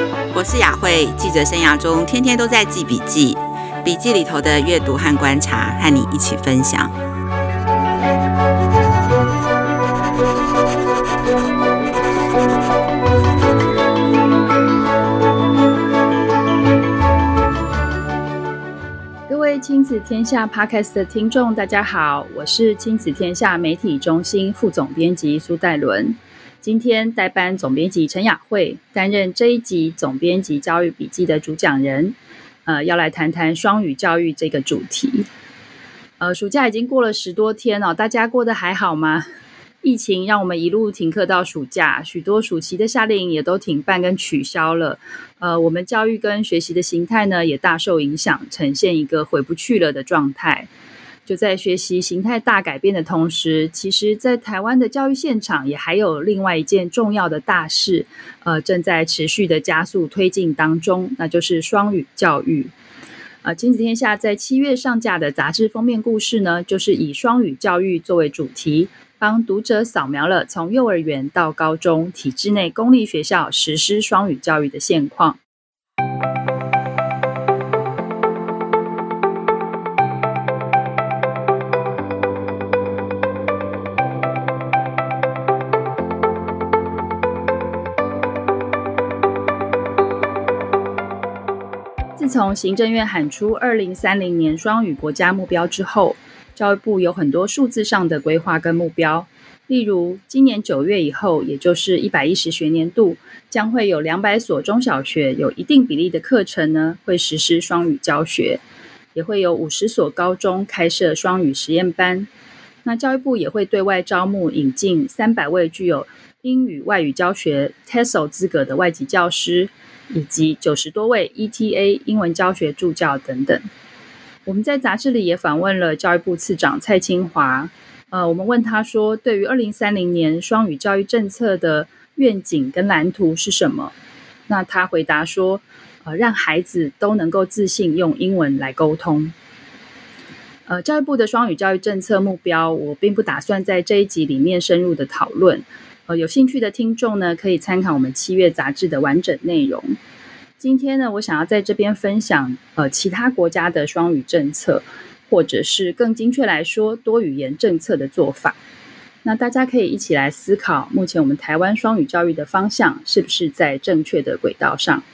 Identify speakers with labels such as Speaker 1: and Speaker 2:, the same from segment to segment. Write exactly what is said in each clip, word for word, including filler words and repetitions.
Speaker 1: 我是雅慧，记者生涯中天天都在记笔记，笔记里头的阅读和观察，和你一起分享。
Speaker 2: 各位亲子天下 Podcast 的听众大家好，我是亲子天下媒体中心副总编辑苏岱伦。今天代班总编辑陈雅慧担任这一集总编辑教育笔记的主讲人，呃，要来谈谈双语教育这个主题。呃，暑假已经过了十多天哦，大家过得还好吗？疫情让我们一路停课到暑假，许多暑期的夏令营也都停办跟取消了。呃，我们教育跟学习的形态呢，也大受影响，呈现一个回不去了的状态。就在学习形态大改变的同时，其实在台湾的教育现场也还有另外一件重要的大事，呃，正在持续的加速推进当中，那就是双语教育。呃，亲子天下在七月上架的杂志封面故事呢，就是以双语教育作为主题，帮读者扫描了从幼儿园到高中体制内公立学校实施双语教育的现况。自从行政院喊出二零三零年双语国家目标之后，教育部有很多数字上的规划跟目标，例如今年九月以后，也就是一百一十学年度，将会有两百所中小学有一定比例的课程呢会实施双语教学，也会有五十所高中开设双语实验班。那教育部也会对外招募引进三百位具有英语外语教学 T E S O L 资格的外籍教师，以及九十多位 E T A 英文教学助教等等。我们在杂志里也访问了教育部次长蔡清华，呃，我们问他说，对于二零三零年双语教育政策的愿景跟蓝图是什么？那他回答说，呃，让孩子都能够自信用英文来沟通。呃，教育部的双语教育政策目标，我并不打算在这一集里面深入的讨论。呃，有兴趣的听众呢，可以参考我们七月杂志的完整内容。今天呢，我想要在这边分享呃其他国家的双语政策，或者是更精确来说，多语言政策的做法。那大家可以一起来思考，目前我们台湾双语教育的方向是不是在正确的轨道上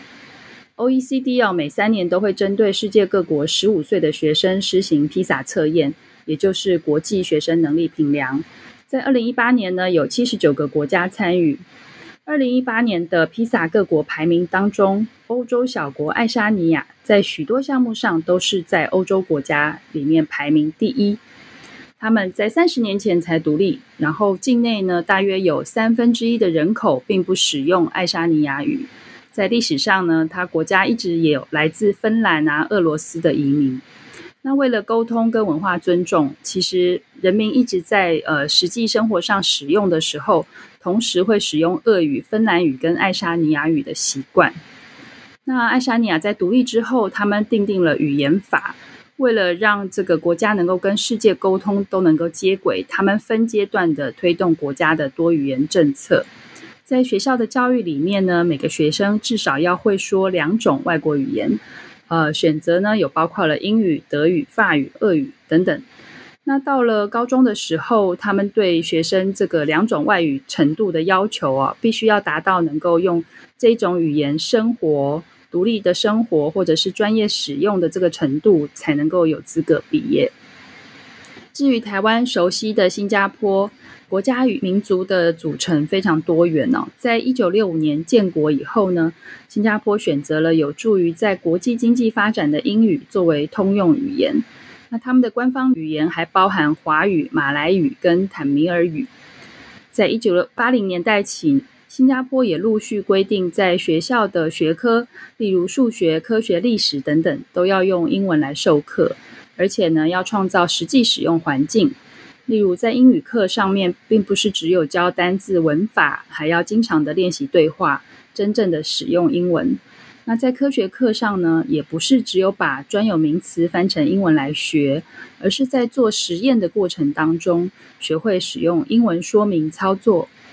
Speaker 2: ？O E C D 哦，每三年都会针对世界各国十五岁的学生施行 PISA 测验，也就是国际学生能力评量。在二零一八年呢，有七十九个国家参与。二零一八年的 PISA 各国排名当中，欧洲小国爱沙尼亚在许多项目上都是在欧洲国家里面排名第一。他们在三十年前才独立，然后境内呢，大约有三分之一的人口并不使用爱沙尼亚语。在历史上呢，他国家一直也有来自芬兰啊、俄罗斯的移民。那为了沟通跟文化尊重，其实人民一直在呃实际生活上使用的时候，同时会使用俄语、芬兰语跟爱沙尼亚语的习惯。那爱沙尼亚在独立之后，他们订定了语言法，为了让这个国家能够跟世界沟通都能够接轨，他们分阶段的推动国家的多语言政策。在学校的教育里面呢，每个学生至少要会说两种外国语言，呃，选择呢有包括了英语、德语、法语、俄语等等。那到了高中的时候，他们对学生这个两种外语程度的要求啊，必须要达到能够用这种语言生活、独立的生活或者是专业使用的这个程度，才能够有资格毕业。至于台湾熟悉的新加坡，国家与民族的组成非常多元哦。在一九六五年建国以后呢，新加坡选择了有助于在国际经济发展的英语作为通用语言。那他们的官方语言还包含华语、马来语跟坦米尔语。在一九八零年代起，新加坡也陆续规定在学校的学科，例如数学、科学、历史等等，都要用英文来授课，而且呢，要创造实际使用环境。例如在英语课上面，并不是只有教单字文法，还要经常的练习对话，真正的使用英文。那在科学课上呢，也不是只有把专有名词翻成英文来学，而是在做实验的过程当中，学会使用英文说明操作。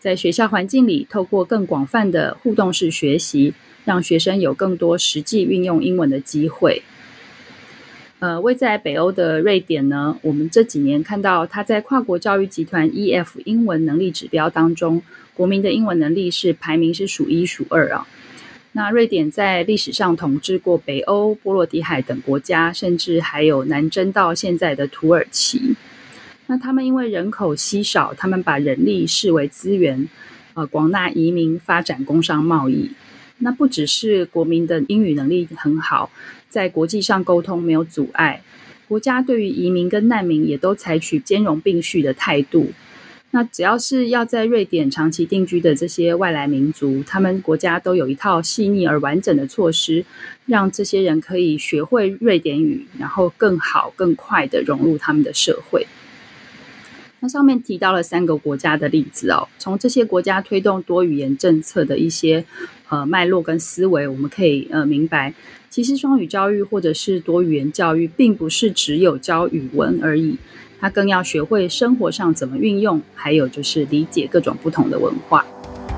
Speaker 2: 在学校环境里透过更广泛的互动式学习，让学生有更多实际运用英文的机会。呃，位在北欧的瑞典呢，我们这几年看到它在跨国教育集团 E F 英文能力指标当中，国民的英文能力是排名是数一数二啊。那瑞典在历史上统治过北欧、波罗的海等国家，甚至还有南征到现在的土耳其。那他们因为人口稀少，他们把人力视为资源，呃，广纳移民，发展工商贸易。那不只是国民的英语能力很好，在国际上沟通没有阻碍，国家对于移民跟难民也都采取兼容并蓄的态度。那只要是要在瑞典长期定居的这些外来民族，他们国家都有一套细腻而完整的措施，让这些人可以学会瑞典语，然后更好更快的融入他们的社会。那上面提到了三个国家的例子哦，从这些国家推动多语言政策的一些呃脉络跟思维，我们可以呃明白，其实双语教育或者是多语言教育，并不是只有教语文而已，它更要学会生活上怎么运用，还有就是理解各种不同的文化。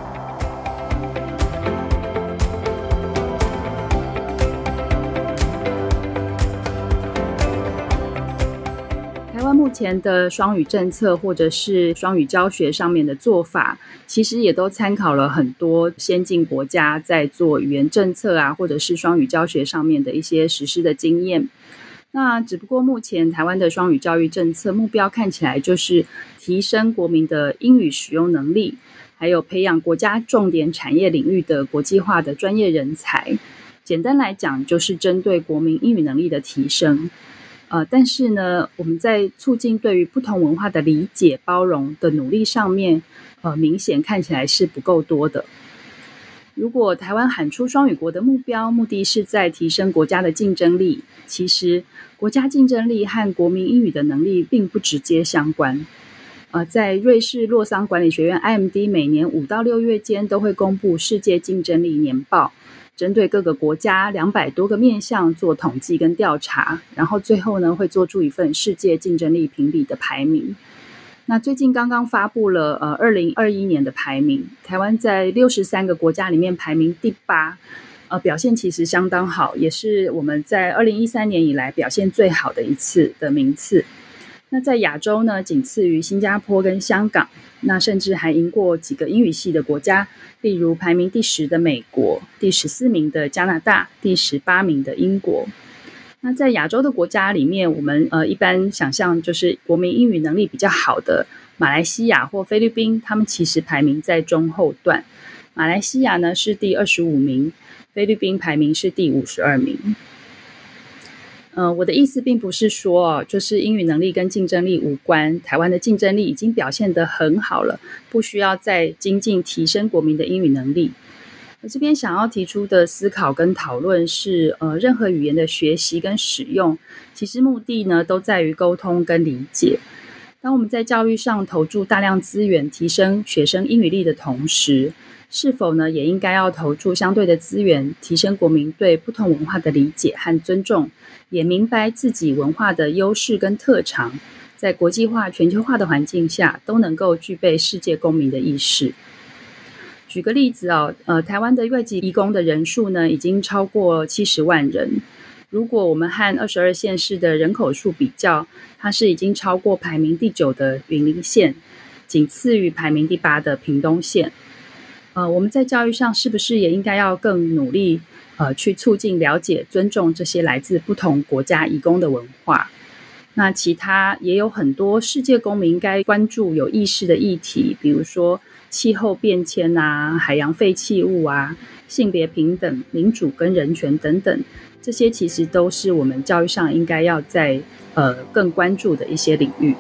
Speaker 2: 目前的双语政策或者是双语教学上面的做法，其实也都参考了很多先进国家在做语言政策啊，或者是双语教学上面的一些实施的经验。那只不过目前台湾的双语教育政策目标看起来就是提升国民的英语使用能力，还有培养国家重点产业领域的国际化的专业人才。简单来讲，就是针对国民英语能力的提升。呃，但是呢，我们在促进对于不同文化的理解、包容的努力上面，呃，明显看起来是不够多的。如果台湾喊出双语国的目标，目的是在提升国家的竞争力，其实国家竞争力和国民英语的能力并不直接相关。呃，在瑞士洛桑管理学院 I M D 每年五到六月间都会公布世界竞争力年报，针对各个国家两百多个面向做统计跟调查，然后最后呢会做出一份世界竞争力评比的排名。那最近刚刚发布了呃二零二一年的排名，台湾在六十三个国家里面排名第八，呃表现其实相当好，也是我们在二零一三年以来表现最好的一次的名次。那在亚洲呢，仅次于新加坡跟香港，那甚至还赢过几个英语系的国家，例如排名第十的美国，第十四名的加拿大，第十八名的英国。那在亚洲的国家里面，我们呃一般想象就是国民英语能力比较好的马来西亚或菲律宾，他们其实排名在中后段。马来西亚呢是第二十五名，菲律宾排名是第五十二名。呃，我的意思并不是说就是英语能力跟竞争力无关，台湾的竞争力已经表现得很好了，不需要再精进提升国民的英语能力。我这边想要提出的思考跟讨论是，呃，任何语言的学习跟使用，其实目的呢都在于沟通跟理解。当我们在教育上投注大量资源提升学生英语力的同时，是否呢也应该要投注相对的资源，提升国民对不同文化的理解和尊重，也明白自己文化的优势跟特长，在国际化、全球化的环境下，都能够具备世界公民的意识。举个例子哦，呃，台湾的外籍移工的人数呢，已经超过七十万人。如果我们和二十二县市的人口数比较，它是已经超过排名第九的云林县，仅次于排名第八的屏东县。呃，我们在教育上是不是也应该要更努力，呃，去促进了解、尊重这些来自不同国家移工的文化？那其他也有很多世界公民应该关注、有意识的议题，比如说气候变迁啊、海洋废弃物啊、性别平等、民主跟人权等等，这些其实都是我们教育上应该要在呃更关注的一些领域。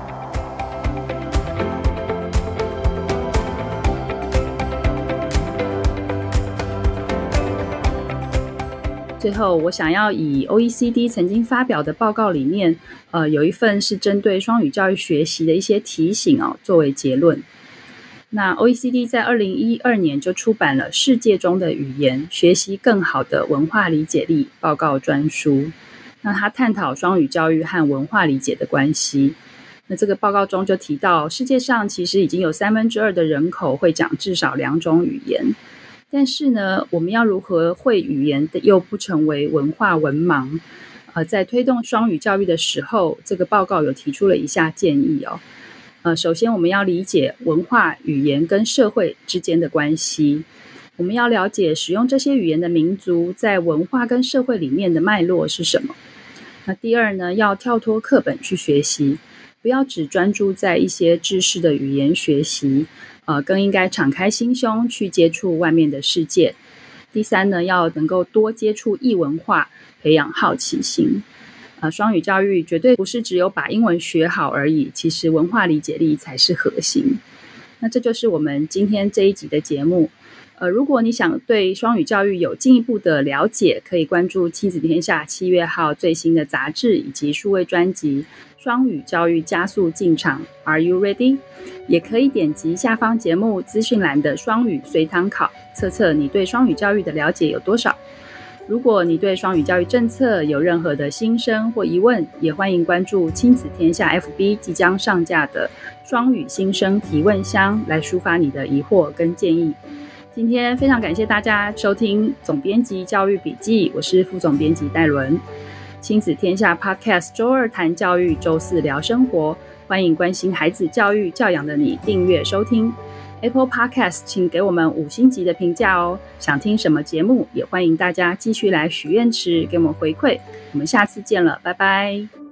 Speaker 2: 最后，我想要以 O E C D 曾经发表的报告里面，呃，有一份是针对双语教育学习的一些提醒哦，作为结论。那 O E C D 在二零一二年就出版了《世界中的语言：学习更好的文化理解力》报告专书。那它探讨双语教育和文化理解的关系。 那这个报告中就提到，世界上其实已经有三分之二的人口会讲至少两种语言，但是呢，我们要如何会语言的又不成为文化文盲？呃，在推动双语教育的时候，这个报告有提出了以下建议哦。呃，首先我们要理解文化、语言跟社会之间的关系。我们要了解使用这些语言的民族在文化跟社会里面的脉络是什么。那第二呢，要跳脱课本去学习，不要只专注在一些知识的语言学习，呃，更应该敞开心胸去接触外面的世界。第三呢，要能够多接触异文化，培养好奇心。呃，双语教育绝对不是只有把英文学好而已，其实文化理解力才是核心。那这就是我们今天这一集的节目。呃，如果你想对双语教育有进一步的了解，可以关注亲子天下七月号最新的杂志以及数位专辑《双语教育加速进场 Are you ready？》，也可以点击下方节目资讯栏的双语随堂考，测测你对双语教育的了解有多少。如果你对双语教育政策有任何的心声或疑问，也欢迎关注亲子天下 F B 即将上架的双语新生提问箱，来抒发你的疑惑跟建议。今天非常感谢大家收听总编辑教育笔记，我是副总编辑戴伦。亲子天下 Podcast 周二谈教育，周四聊生活，欢迎关心孩子教育教养的你订阅收听。Apple Podcast 请给我们五星级的评价哦。想听什么节目，也欢迎大家继续来许愿池给我们回馈。我们下次见了，拜拜。